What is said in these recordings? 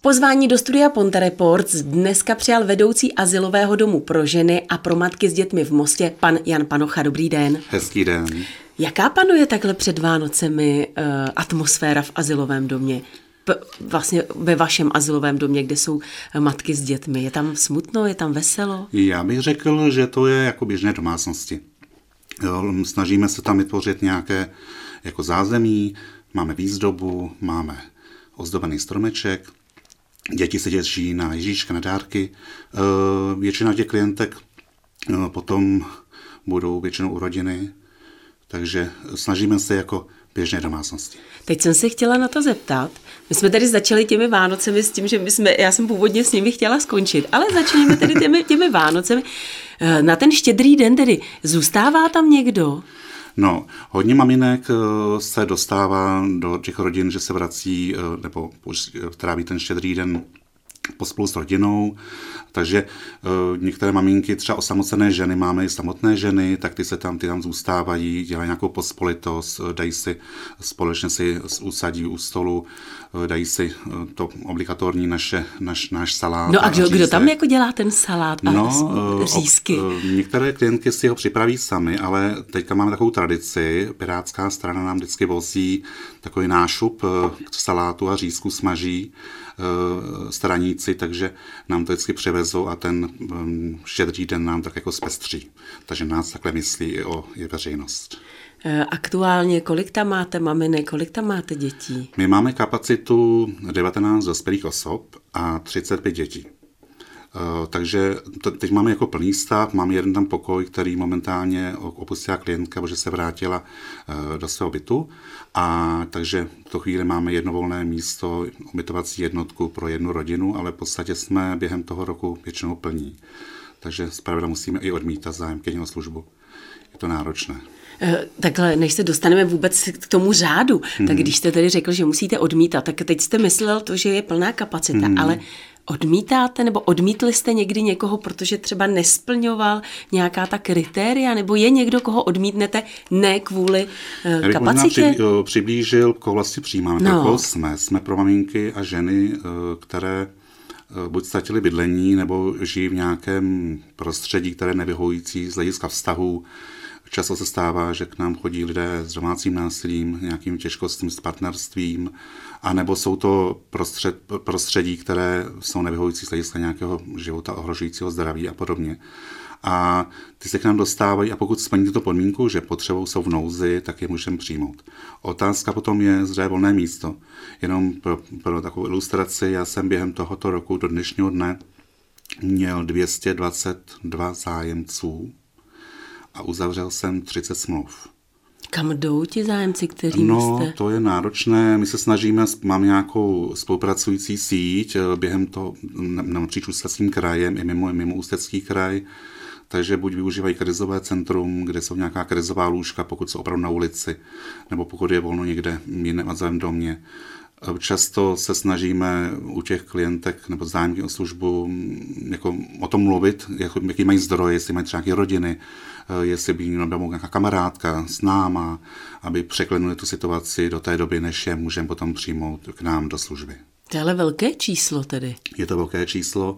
Pozvání do studia Ponte Reports dneska přijal vedoucí azylového domu pro ženy a pro matky s dětmi v Mostě, pan Jan Panocha. Dobrý den. Hezký den. Jaká panuje takhle před Vánocemi atmosféra v azylovém domě? Vlastně ve vašem azylovém domě, kde jsou matky s dětmi. Je tam smutno, je tam veselo? Já bych řekl, že to je jako běžné domácnosti. Snažíme se tam vytvořit nějaké jako zázemí, máme výzdobu, máme ozdobený stromeček, děti se těší na Ježíška, na dárky. Většina těch klientek potom budou většinou u rodiny, takže snažíme se jako běžné domácnosti. Teď jsem se chtěla na to zeptat. My jsme tady začali těmi Vánocemi s tím, že já jsem původně s nimi chtěla skončit, ale začneme tedy těmi Vánocemi. Na ten Štědrý den tedy zůstává tam někdo? No, hodně maminek se dostává do těch rodin, že se vrací nebo tráví ten Štědrý den pospolu s rodinou, takže některé maminky, třeba osamocené ženy, máme i samotné ženy, tak ty tam zůstávají, dělají nějakou pospolitost, dají si společně si usadí u stolu, dají si to obligatorní náš salát. No a kdo tam jako dělá ten salát a řízky? Některé klientky si ho připraví sami, ale teďka máme takovou tradici, Pirátská strana nám vždycky vozí takový nášup salátu a řízku smaží straníci, takže nám to vždycky převezou a ten Štědrý den nám tak jako zpestří. Takže nás takhle myslí i veřejnost. Aktuálně kolik tam máte maminek, kolik tam máte dětí? My máme kapacitu 19 dospělých osob a 35 dětí. Takže teď máme jako plný stav, máme jeden tam pokoj, který momentálně opustila klientka, protože se vrátila do svého bytu, a takže v tu chvíli máme jedno volné místo, ubytovací jednotku pro jednu rodinu, ale v podstatě jsme během toho roku většinou plní. Takže zpravidla musíme i odmítat zájemkyni o službu. Je to náročné. Takhle, než se dostaneme vůbec k tomu řádu, tak když jste tedy řekl, že musíte odmítat, tak teď jste myslel to, že je plná kapacita, ale odmítáte nebo odmítli jste někdy někoho, protože třeba nesplňoval nějaká ta kritéria, nebo je někdo, koho odmítnete ne kvůli kapacitě? Já bych přiblížil, koho vlastně přijímáme. No. Jsme pro maminky a ženy, které buď ztratili bydlení, nebo žijí v nějakém prostředí, které je nevyhovující z hlediska vztahu. Často se stává, že k nám chodí lidé s domácím násilím, nějakým těžkostím s partnerstvím, anebo jsou to prostředí, které jsou nevyhovující z hlediska nějakého života ohrožujícího zdraví a podobně. A ty se k nám dostávají a pokud splní tuto podmínku, že potřebou jsou v nouzi, tak je můžeme přijmout. Otázka potom je, zda je volné místo. Jenom pro takovou ilustraci, já jsem během tohoto roku do dnešního dne měl 222 zájemců a uzavřel jsem 30 smluv. Kam jdou ti zájemci, kteří jste? No, to je náročné. My se snažíme, máme nějakou spolupracující síť během toho napříč Ústeckým krajem i mimo Ústecký kraj, takže buď využívají krizové centrum, kde jsou nějaká krizová lůžka, pokud jsou opravdu na ulici, nebo pokud je volno někde v jiném azylovém domě. Často se snažíme u těch klientek nebo zájemky o službu jako o tom mluvit, jaký mají zdroje, jestli mají třeba nějaké rodiny, jestli by nějaká kamarádka s náma, aby překlenuli tu situaci do té doby, než je můžeme potom přijmout k nám do služby. To je ale velké číslo tedy. Je to velké číslo.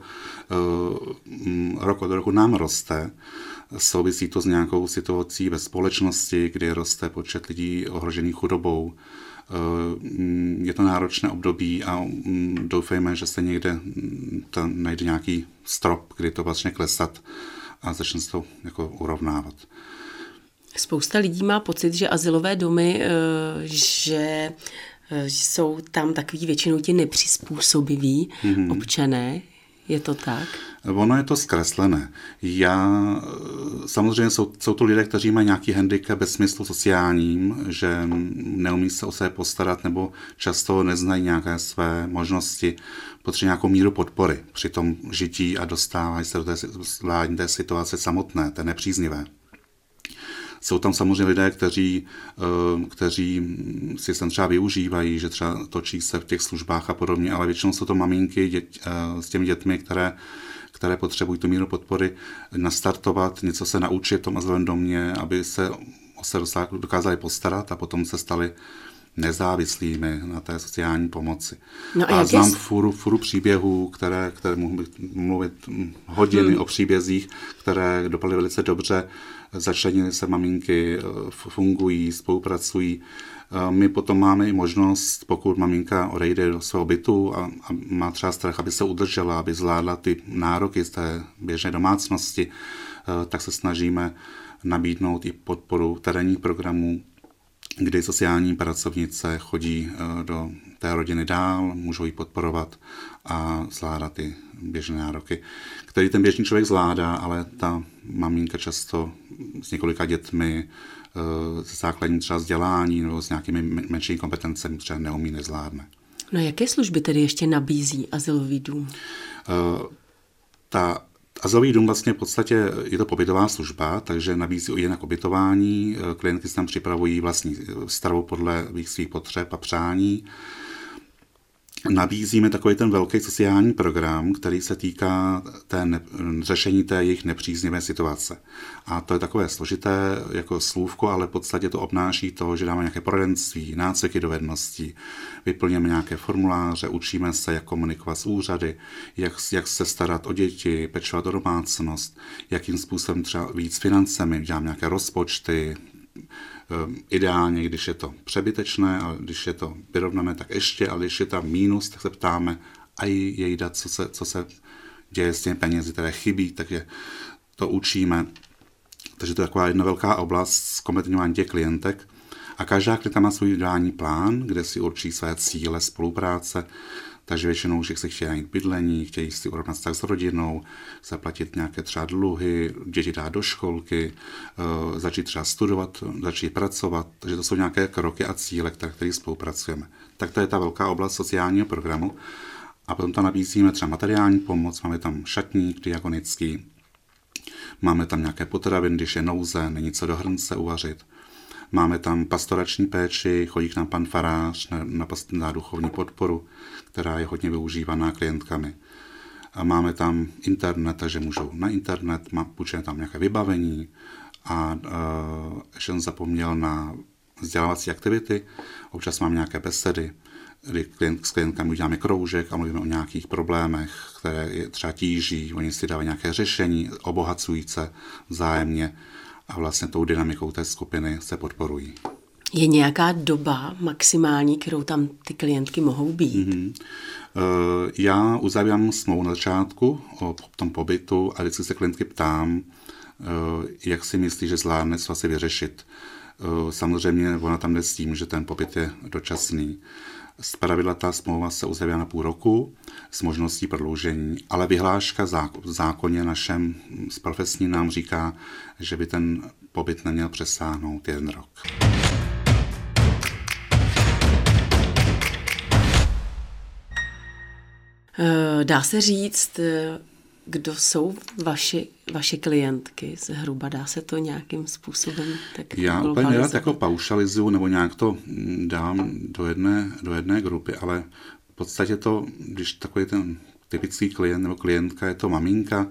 Rok od roku nám roste. Souvisí to s nějakou situací ve společnosti, kdy roste počet lidí ohrožených chudobou. Je to náročné období a doufejme, že se někde najde nějaký strop, kdy to začne klesat a začne se to jako urovnávat. Spousta lidí má pocit, že azylové domy, že jsou tam takový většinou ti nepřizpůsobiví občané. Je to tak? Ono je to zkreslené. Samozřejmě jsou to lidé, kteří mají nějaký handicap ve smyslu sociálním, že neumí se o sebe postarat nebo často neznají nějaké své možnosti, potřebují nějakou míru podpory při tom žití a dostávají se do té situace samotné, té nepříznivé. Jsou tam samozřejmě lidé, kteří si sem třeba využívají, že třeba točí se v těch službách a podobně, ale většinou jsou to maminky s těmi dětmi, které potřebují tu míru podpory nastartovat, něco se naučit v tom azylovém domě, aby se dokázali postarat a potom se stali nezávislými na té sociální pomoci. No a znám furu příběhů, které mohu mluvit hodiny o příbězích, které dopadly velice dobře, začlenily se maminky, fungují, spolupracují. My potom máme i možnost, pokud maminka odejde do svého bytu a má třeba strach, aby se udržela, aby zvládla ty nároky z té běžné domácnosti, tak se snažíme nabídnout i podporu terénních programů, kdy sociální pracovnice chodí do té rodiny dál, můžou ji podporovat a zvládat ty běžné nároky, který ten běžný člověk zvládá, ale ta maminka často s několika dětmi, s základním třeba vzdělání nebo s nějakými menšími kompetencemi třeba neumí, nezvládne. No jaké služby tedy ještě nabízí azylový dům? Azylový dům vlastně v podstatě je to pobytová služba, takže nabízí jinak ubytování, klientky si tam připravují vlastní stravu podle svých potřeb a přání. Nabízíme takový ten velký sociální program, který se týká řešení té jejich nepříznivé situace. A to je takové složité jako slůvko, ale v podstatě to obnáší to, že dáme nějaké poradenství, nácviky dovedností, vyplňujeme nějaké formuláře, učíme se, jak komunikovat s úřady, jak se starat o děti, pečovat o domácnost, jakým způsobem třeba víc financemi, děláme nějaké rozpočty, ideálně, když je to přebytečné, ale když je to vyrovnané, tak ještě, ale když je tam mínus, tak se ptáme a jej dát, co se děje s těmi penězi, které chybí, takže to učíme. Takže to je taková jedna velká oblast zkompletňování těch klientek a každá klientka má svůj ideální plán, kde si určí své cíle spolupráce, takže většinou že si chtějí najít bydlení, chtějí si urovnat vztah s rodinou, zaplatit nějaké třeba dluhy, děti dát do školky, začít třeba studovat, začít pracovat. Takže to jsou nějaké kroky a cíle, které spolupracujeme. Tak to je ta velká oblast sociálního programu. A potom tam nabízíme třeba materiální pomoc, máme tam šatník diagonický, máme tam nějaké potraviny, když je nouze, není co do hrnce uvařit. Máme tam pastorační péči, chodí k nám pan farář na duchovní podporu, která je hodně využívaná klientkami. A máme tam internet, takže můžou na internet, půjčíme tam nějaké vybavení a ještě jsem zapomněl na vzdělávací aktivity. Občas mám nějaké besedy, kdy s klientkami uděláme kroužek a mluvíme o nějakých problémech, které je třeba tíží, oni si dávají nějaké řešení, obohacují se vzájemně a vlastně tou dynamikou té skupiny se podporují. Je nějaká doba maximální, kterou tam ty klientky mohou být? Já uzavírám smlouvu na začátku o tom pobytu a vždycky se klientky ptám, jak si myslí, že zvládne co asi vyřešit. Samozřejmě ona tam jde s tím, že ten pobyt je dočasný. Zpravidla ta smlouva se uzavírá na půl roku s možností prodloužení, ale vyhláška v zákoně našem s profesním nám říká, že by ten pobyt neměl přesáhnout 1 rok. Dá se říct, kdo jsou vaše klientky zhruba? Dá se to nějakým způsobem tak Já úplně nerad jako paušalizuju nebo nějak to dám do jedné grupy, ale v podstatě to, když takový ten typický klient nebo klientka je to maminka,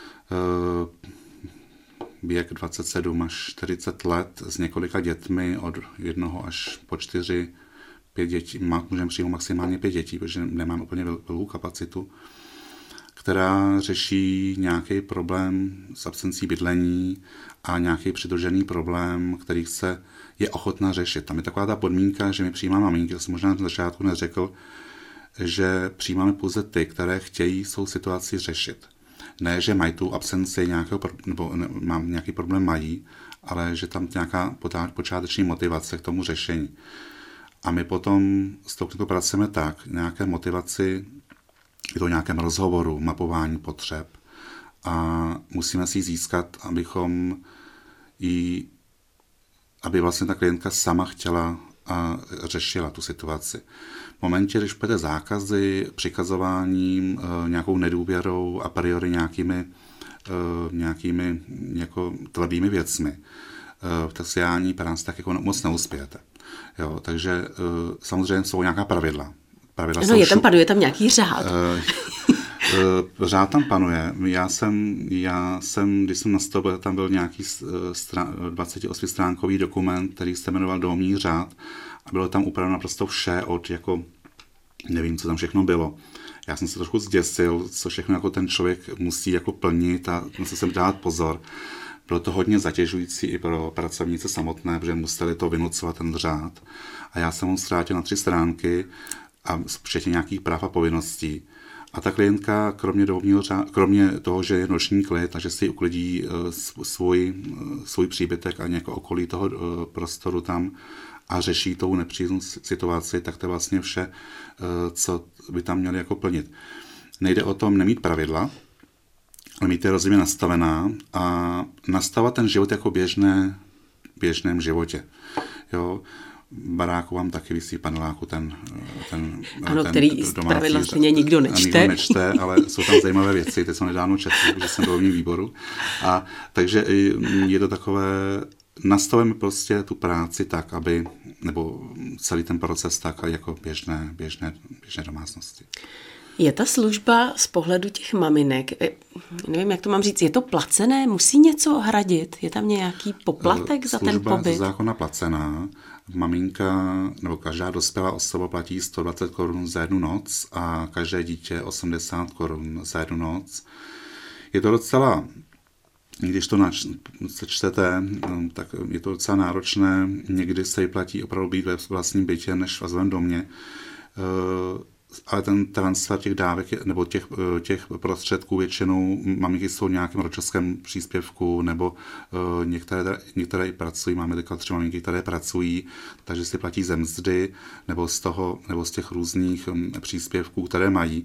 věk 27 až 40 let s několika dětmi od 1 až po 4, 5 dětí, můžeme přijmout maximálně 5 dětí, protože nemám úplně velkou kapacitu, která řeší nějaký problém s absencí bydlení a nějaký přidružený problém, který se je ochotná řešit. Tam je taková ta podmínka, že my přijímáme maminky, to jsem možná na začátku neřekl, že přijímáme pouze ty, které chtějí svou situaci řešit. Ne, že mají tu absenci nějakého, nebo mám nějaký problém mají, ale že tam nějaká počáteční motivace k tomu řešení. A my potom s touto pracujeme tak, nějaké motivaci, je to o nějakém rozhovoru, mapování potřeb a musíme si ji získat, aby vlastně ta klientka sama chtěla a řešila tu situaci. V momentě, když půjde zákazy, přikazováním, nějakou nedůvěrou a priori nějakými jako tlebými věcmi, v sociální práci tak jako moc neuspějete. Jo, takže samozřejmě jsou nějaká pravidla. No, panuje tam nějaký řád. Řád tam panuje. Já jsem, když jsem nastoupil, tam byl nějaký 28stránkový dokument, který se jmenoval Domní řád a bylo tam upraveno naprosto vše od jako, nevím, co tam všechno bylo. Já jsem se trošku zděsil, co všechno jako ten člověk musí jako plnit a musel jsem dát pozor. Bylo to hodně zatěžující i pro pracovnice samotné, protože museli to vynucovat ten řád. A já jsem ho zkrátil na 3 stránky a včetně nějakých práv a povinností. A ta klientka, kromě toho, že je noční klid, takže si uklidí svůj příbytek a nějaké okolí toho prostoru tam a řeší tou nepříjemnou situaci, tak to je vlastně vše, co by tam měli jako plnit. Nejde o tom nemít pravidla, ale mít je rozumně nastavená a nastavovat ten život jako běžném životě. Jo? V baráku vám taky visí paneláku ten který pravidla stejně nikdo nečte. Ale jsou tam zajímavé věci, teď jsem nedávno četl, protože jsem byl v výboru. A takže je to takové, nastavíme prostě tu práci tak, aby, nebo celý ten proces tak, jako běžné domácnosti. Je ta služba z pohledu těch maminek, nevím, jak to mám říct, je to placené? Musí něco hradit? Je tam nějaký poplatek za ten pobyt? Služba ze zákona placená. Maminka nebo každá dospělá osoba platí 120 korun za 1 noc a každé dítě 80 korun za 1 noc. Je to docela, když to sečtete, tak je to docela náročné. Někdy se vyplatí opravdu být ve vlastním bytě než v azylovém domě. Ale ten transfer těch dávek nebo těch prostředků většinou maminky jsou v nějakém rodičovském příspěvku nebo některé i pracují, máme teďka 3 maminky, které pracují, takže si platí ze mzdy nebo z těch různých příspěvků, které mají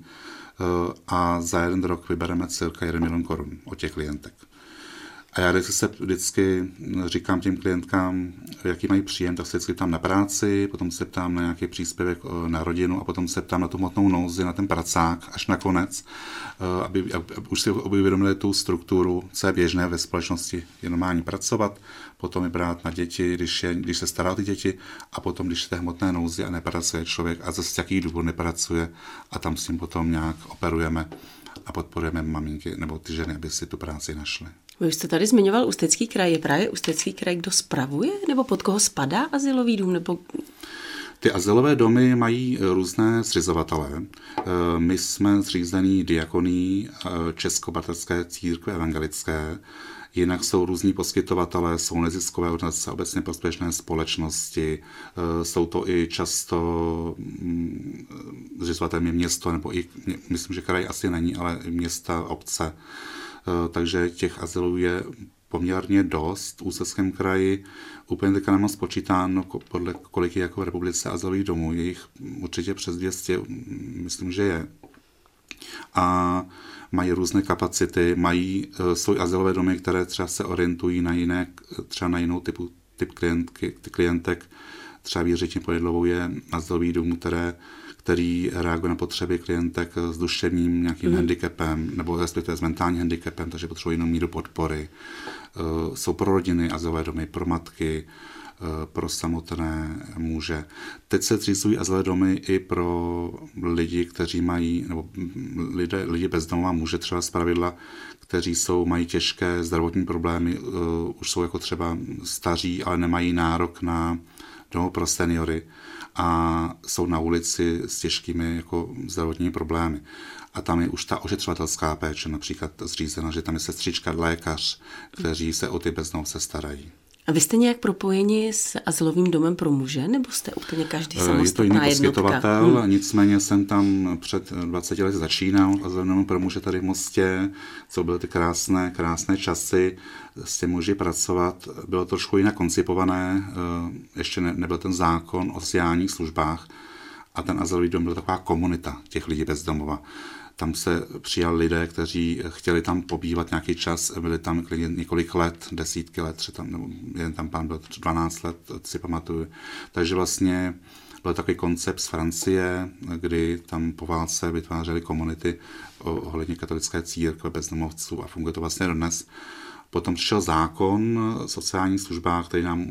a za 1 rok vybereme cirka 1 milion korun od těch klientek. A já vždycky říkám těm klientkám, jaký mají příjem, tak se vždycky ptám na práci, potom se ptám na nějaký příspěvek na rodinu a potom se ptám na tu hmotnou nouzi, na ten pracák až nakonec, aby už si uvědomili tu strukturu, co je běžné ve společnosti, je normální pracovat, potom je brát na děti, když se stará o ty děti a potom, když je té hmotné nouzi a nepracuje člověk a zase z jakých důvodů nepracuje a tam s tím potom nějak operujeme a podporujeme maminky nebo ty ženy, aby si tu práci našly. Vy už jste tady zmiňoval Ústecký kraj. Je právě Ústecký kraj, kdo spravuje? Nebo pod koho spadá azylový dům? Nebo... Ty azylové domy mají různé zřizovatele. My jsme zřízený diakoní Českobratrské církve evangelické. Jinak jsou různí poskytovatelé, jsou neziskové organizace, obecně prospěšné společnosti, jsou to i často zřizovatelem je město, nebo i, myslím, že kraj asi není, ale města, obce. Takže těch azylů je poměrně dost v Ústeckém kraji. Úplně teďka nemám spočítáno, podle kolik je jako v republice azylových domů. Je jich určitě přes 200, myslím, že je. A mají různé kapacity, mají svoje azylové domy, které třeba se orientují na jinou typ klientek. Třeba v Jiřině pod Jedlovou je azylový dům, který reaguje na potřeby klientek s duševním nějakým handicapem, nebo respektive s mentálním handicapem, takže potřebují jinou míru podpory. Jsou pro rodiny azylové domy, pro matky, pro samotné muže. Teď se zřizují azylové domy i pro lidi, kteří mají, nebo lidi bezdomova muže třeba zpravidla, kteří mají těžké zdravotní problémy, už jsou jako třeba staří, ale nemají nárok na domov pro seniory a jsou na ulici s těžkými jako zdravotními problémy. A tam je už ta ošetřovatelská péče například zřízena, že tam je sestřička, lékař, kteří se o ty bezdomovce starají. A vy jste nějak propojeni s azylovým domem pro muže, nebo jste úplně každý samostatná jednotka? Je to jiný poskytovatel, nicméně jsem tam před 20 lety začínal azylovým domem pro muže tady v Mostě, co byly ty krásné časy s těmi muži pracovat. Bylo trošku jinak koncipované, ještě nebyl ten zákon o sociálních službách a ten azylový dom byl taková komunita těch lidí bez domova. Tam se přijali lidé, kteří chtěli tam pobývat nějaký čas, byli tam několik let, desítky let, nebo jeden tam pán byl 12 let, si pamatuju. Takže vlastně byl takový koncept z Francie, kdy tam po válce vytvářeli komunity ohledně katolické církve bezdomovců a funguje to vlastně dodnes. Potom přišel zákon o sociálních službách, který nám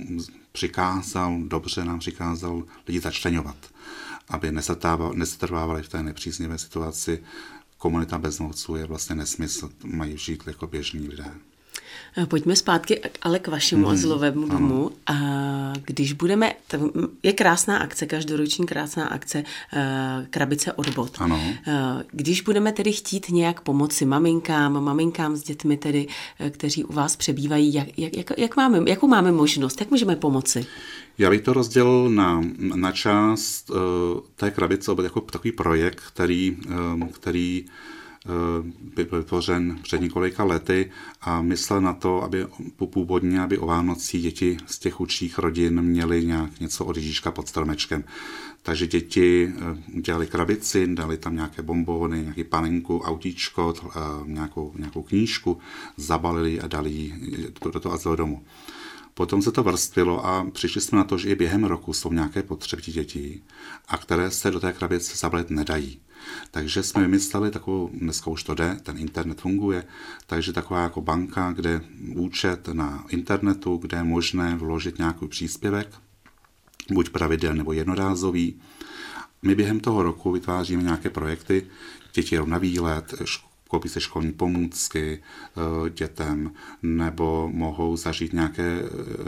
přikázal lidi začleňovat, aby nesetrvávali v té nepříznivé situaci. Komunita bezdomovců je vlastně nesmysl, mají žít jako běžní lidé. Pojďme zpátky ale k vašemu azylovému domu. A když budeme, je krásná akce, každoroční krásná akce Krabice od bot. Ano. Když budeme tedy chtít nějak pomoci maminkám s dětmi tedy, kteří u vás přebývají, jakou máme možnost, jak můžeme pomoci? Já bych to rozdělil na část té krabice jako takový projekt, který byl vytvořen před několika lety a myslel na to, aby o Vánocích děti z těch chudších rodin měly něco od Ježíška pod stromečkem. Takže děti dělali krabici, dali tam nějaké bonbony, nějaký panenku, autíčko, nějakou knížku, zabalili a dali ji do toho azylového domu. Potom se to vrstvilo a přišli jsme na to, že i během roku jsou nějaké potřeby dětí, a které se do té krabice zabalit nedají. Takže jsme vymysleli takovou, dneska už to jde, ten internet funguje, takže taková jako banka, kde účet na internetu, kde je možné vložit nějaký příspěvek, buď pravidelný nebo jednorázový. My během toho roku vytváříme nějaké projekty, děti jdou na výlet, koupí se školní pomůcky dětem, nebo mohou zažít nějaké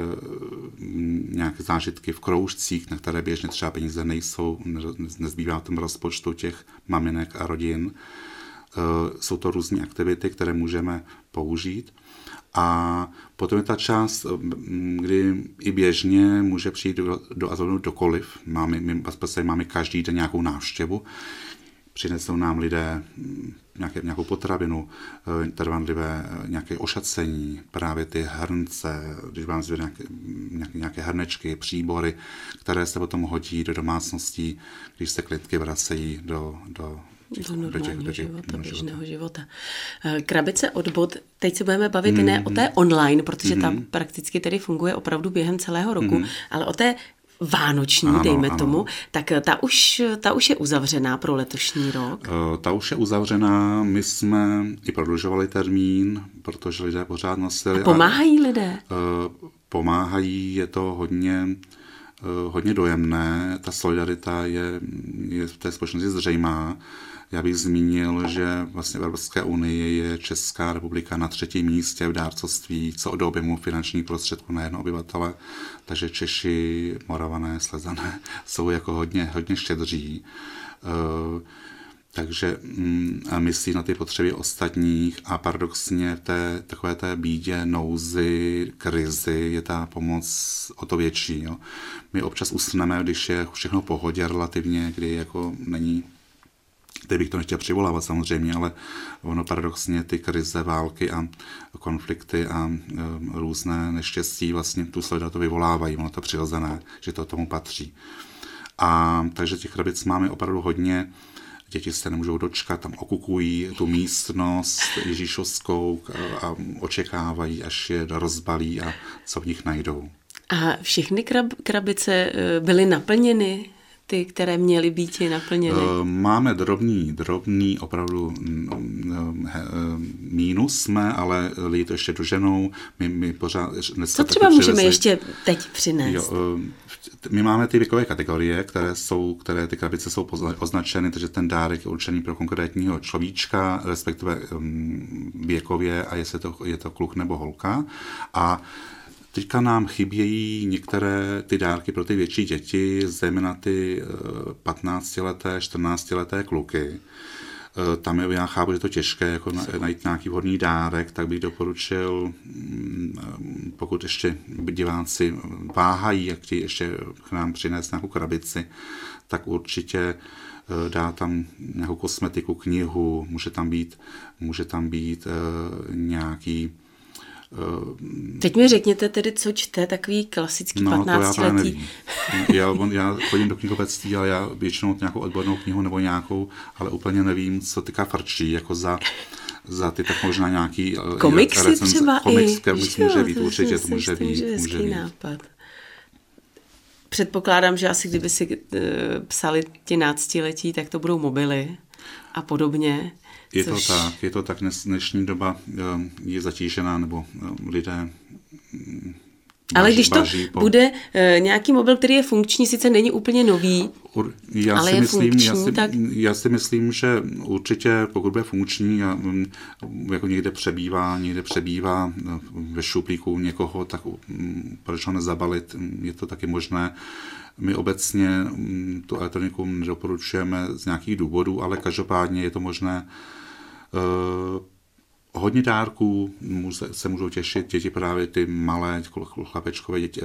zážitky v kroužcích, na které běžně třeba peníze nejsou, nezbývá v tom rozpočtu těch maminek a rodin. Jsou to různé aktivity, které můžeme použít. A potom je ta část, kdy i běžně může přijít do azylu dokoliv. Máme každý den nějakou návštěvu. Přinesou nám lidé nějakou potravinu, trvanlivé nějaké ošacení, právě ty hrnce, když vám zvědí nějaké hrnečky, příbory, které se potom hodí do domácností, když se klientky vracejí do normálního života, běžného života. Krabice od bot, teď se budeme bavit ne o té online, protože tam prakticky tedy funguje opravdu během celého roku, ale o té vánoční, dejme tomu, tak ta už je uzavřená pro letošní rok. Ta už je uzavřená, my jsme i prodlužovali termín, protože lidé pořád nosili. A pomáhají lidé? Pomáhají, je to hodně dojemné, ta solidarita je v té společnosti zřejmá. Já bych zmínil, že vlastně v Evropské unii je Česká republika na 3. místě v dárcovství co do objemu finančních prostředků na jedno obyvatele, takže Češi, Moravané, Slezané jsou jako hodně štědří. Takže myslí na ty potřeby ostatních a paradoxně v takové té bídě, nouzi, krizi je ta pomoc o to větší. Jo. My občas usneme, když je všechno v pohodě relativně, kdy jako není. Teď bych to nechtěl přivolávat samozřejmě, ale ono paradoxně ty krize, války a konflikty a různé neštěstí vlastně tu solidaritu vyvolávají. Ono to přirozené, že to tomu patří. A takže těch krabic máme opravdu hodně. Děti se nemůžou dočkat, tam okukují tu místnost ježíšovskou a očekávají, až je rozbalí a co v nich najdou. A všechny krabice byly naplněny? Ty, které měly být naplněny? Máme drobný opravdu mínus jsme, ale lidi to ještě doženou. My pořád... Co třeba můžeme ještě teď přinést? Jo, my máme ty věkové kategorie, které ty krabice jsou označeny, takže ten dárek je určený pro konkrétního človíčka, respektive věkově, a jestli je to kluk nebo holka. A teďka nám chybějí některé ty dárky pro ty větší děti, zejména ty 15leté, 14leté kluky. Tam já chápu, že je to těžké jako najít nějaký vhodný dárek, tak bych doporučil, pokud ještě diváci váhají a chtějí ještě k nám přinést nějakou krabici, tak určitě dá tam nějakou kosmetiku, knihu, může tam být nějaký... Teď mi řekněte tedy, co čte takový klasický 15letý. Já chodím do knihkupectví, ale já většinou nějakou odbornou knihu nebo nějakou, ale úplně nevím, co tyka frčí, jako za ty tak možná nějaký... Komiksy třeba komiks může být, určitě to může být. Nápad. Předpokládám, že asi kdyby si psali ti 15letí, tak to budou mobily a podobně. Je to tak, dnešní doba je zatížená, nebo lidé Ale když to bude nějaký mobil, který je funkční, sice není úplně nový, ale je funkční, tak... Já si myslím, že určitě, pokud bude funkční a jako někde přebývá ve šuplíku někoho, tak proč ho nezabalit, je to taky možné. My obecně tu elektroniku nedoporučujeme z nějakých důvodů, ale každopádně je to možné. Hodně dárků se můžou těšit děti, právě ty malé chlapečkové děti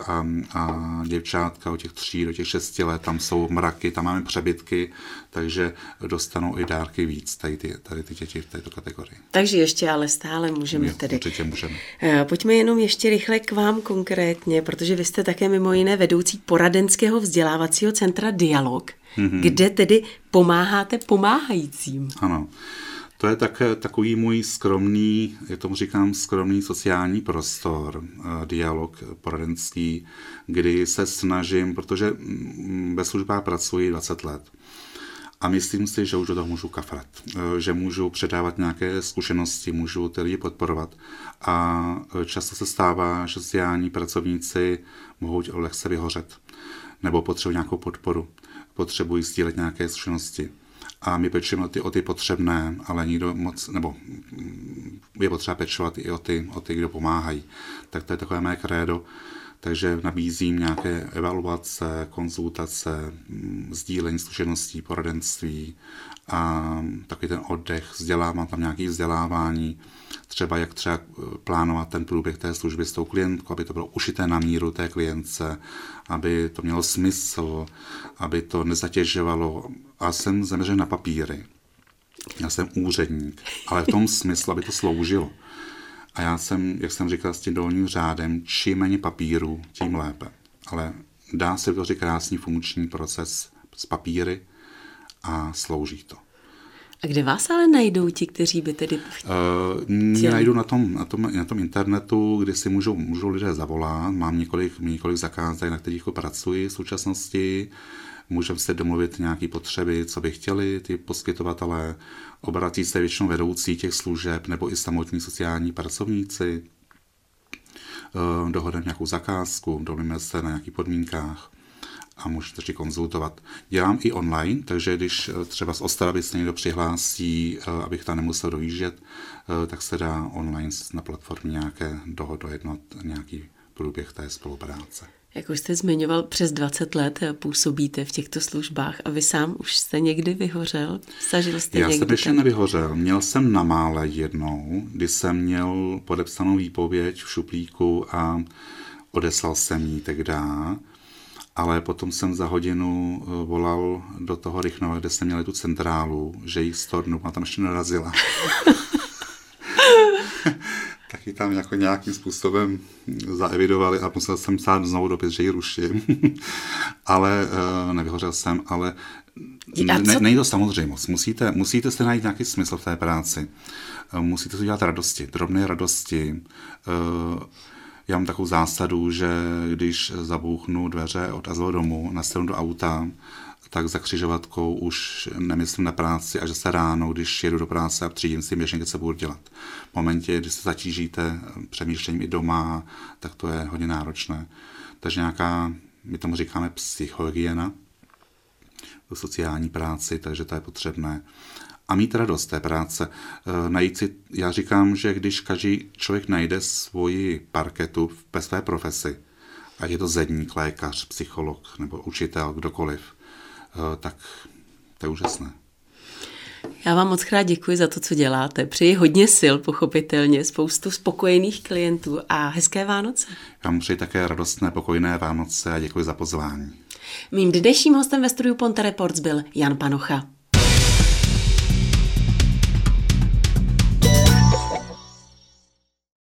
a děvčátka od těch 3 do těch 6 let, tam jsou mraky, tam máme přebytky, takže dostanou i dárky víc, tady ty děti v této kategorii. Takže ještě ale stále můžeme tedy. Určitě můžeme. Pojďme jenom ještě rychle k vám konkrétně, protože vy jste také mimo jiné vedoucí poradenského vzdělávacího centra Dialog, kde tedy pomáháte pomáhajícím. Ano. To je také takový můj skromný, já tomu říkám skromný sociální prostor, Dialog poradenský, kdy se snažím, protože ve službách pracuji 20 let a myslím si, že už do toho můžu kafrat, že můžu předávat nějaké zkušenosti, můžu ty lidi podporovat a často se stává, že sociální pracovníci mohou lehce vyhořet nebo potřebují nějakou podporu, potřebují sdílet nějaké zkušenosti. A my pečujeme o ty potřebné, ale nikdo moc, nebo je potřeba pečovat i o ty, kdo pomáhají. Tak to je takové mé krédo. Takže nabízím nějaké evaluace, konzultace, sdílení zkušeností, poradenství a takový ten oddech, mám tam nějaké vzdělávání, třeba jak plánovat ten průběh té služby s tou klientkou, aby to bylo ušité na míru té klientce, aby to mělo smysl, aby to nezatěžovalo. A jsem zaměřen na papíry. Já jsem úředník, ale v tom smyslu, aby to sloužilo. A já jsem, jak jsem říkal, s tím dolním řádem, čím méně papíru, tím lépe. Ale dá se vytvořit krásný funkční proces s papíry a slouží to. A kde vás ale najdou ti, kteří by tedy chtěli? Mě najdou na tom internetu, kde si můžou lidé zavolat. Mám několik zakázek, na kterých pracuji v současnosti. Můžeme se domluvit nějaké potřeby, co by chtěli ty poskytovatelé. Obrací se většinou vedoucí těch služeb nebo i samotní sociální pracovníci. Dohodneme nějakou zakázku, domluvíme se na nějakých podmínkách a můžete si konzultovat. Dělám i online, takže když třeba z Ostravy se někdo přihlásí, abych tam nemusel dojíždět, tak se dá online na platformě nějaké dojednat nějaký průběh té spolupráce. Jak už jste zmiňoval, přes 20 let působíte v těchto službách a vy sám už jste někdy vyhořel? Zažil jste Já někdy? jsem ještě nevyhořel. Měl jsem na mále jednou, kdy jsem měl podepsanou výpověď v šuplíku a odeslal jsem ji tehda, ale potom jsem za hodinu volal do toho Rychnova, kde jsem měl tu centrálu, že jí stornu a tam ještě narazila. Taky tam jako nějakým způsobem zaevidovali a musel jsem psát znovu dopis, že ji ruším. Ale nevyhořel jsem, ale nejde to samozřejmost. Musíte se najít nějaký smysl v té práci. Musíte si dělat radosti, drobné radosti. Já mám takovou zásadu, že když zabouchnu dveře od azylového domu, nasednu do auta, tak za křižovatkou už nemyslím na práci a že se ráno, když jedu do práce a třídím si běžně, co budu dělat. V momentě, kdy se zatížíte přemýšlením i doma, tak to je hodně náročné. Takže nějaká, my tomu říkáme psychohygiena v sociální práci, takže to je potřebné. A mít radost té práce. Já říkám, že když každý člověk najde svoji parketu ve své profesi, ať je to zedník, lékař, psycholog nebo učitel, kdokoliv, tak to je úžasné. Já vám moc krát děkuji za to, co děláte. Přeji hodně sil, pochopitelně, spoustu spokojených klientů a hezké Vánoce. Já vám přeji také radostné, pokojné Vánoce a děkuji za pozvání. Mým dnešním hostem ve studiu Ponte Reports byl Jan Panocha.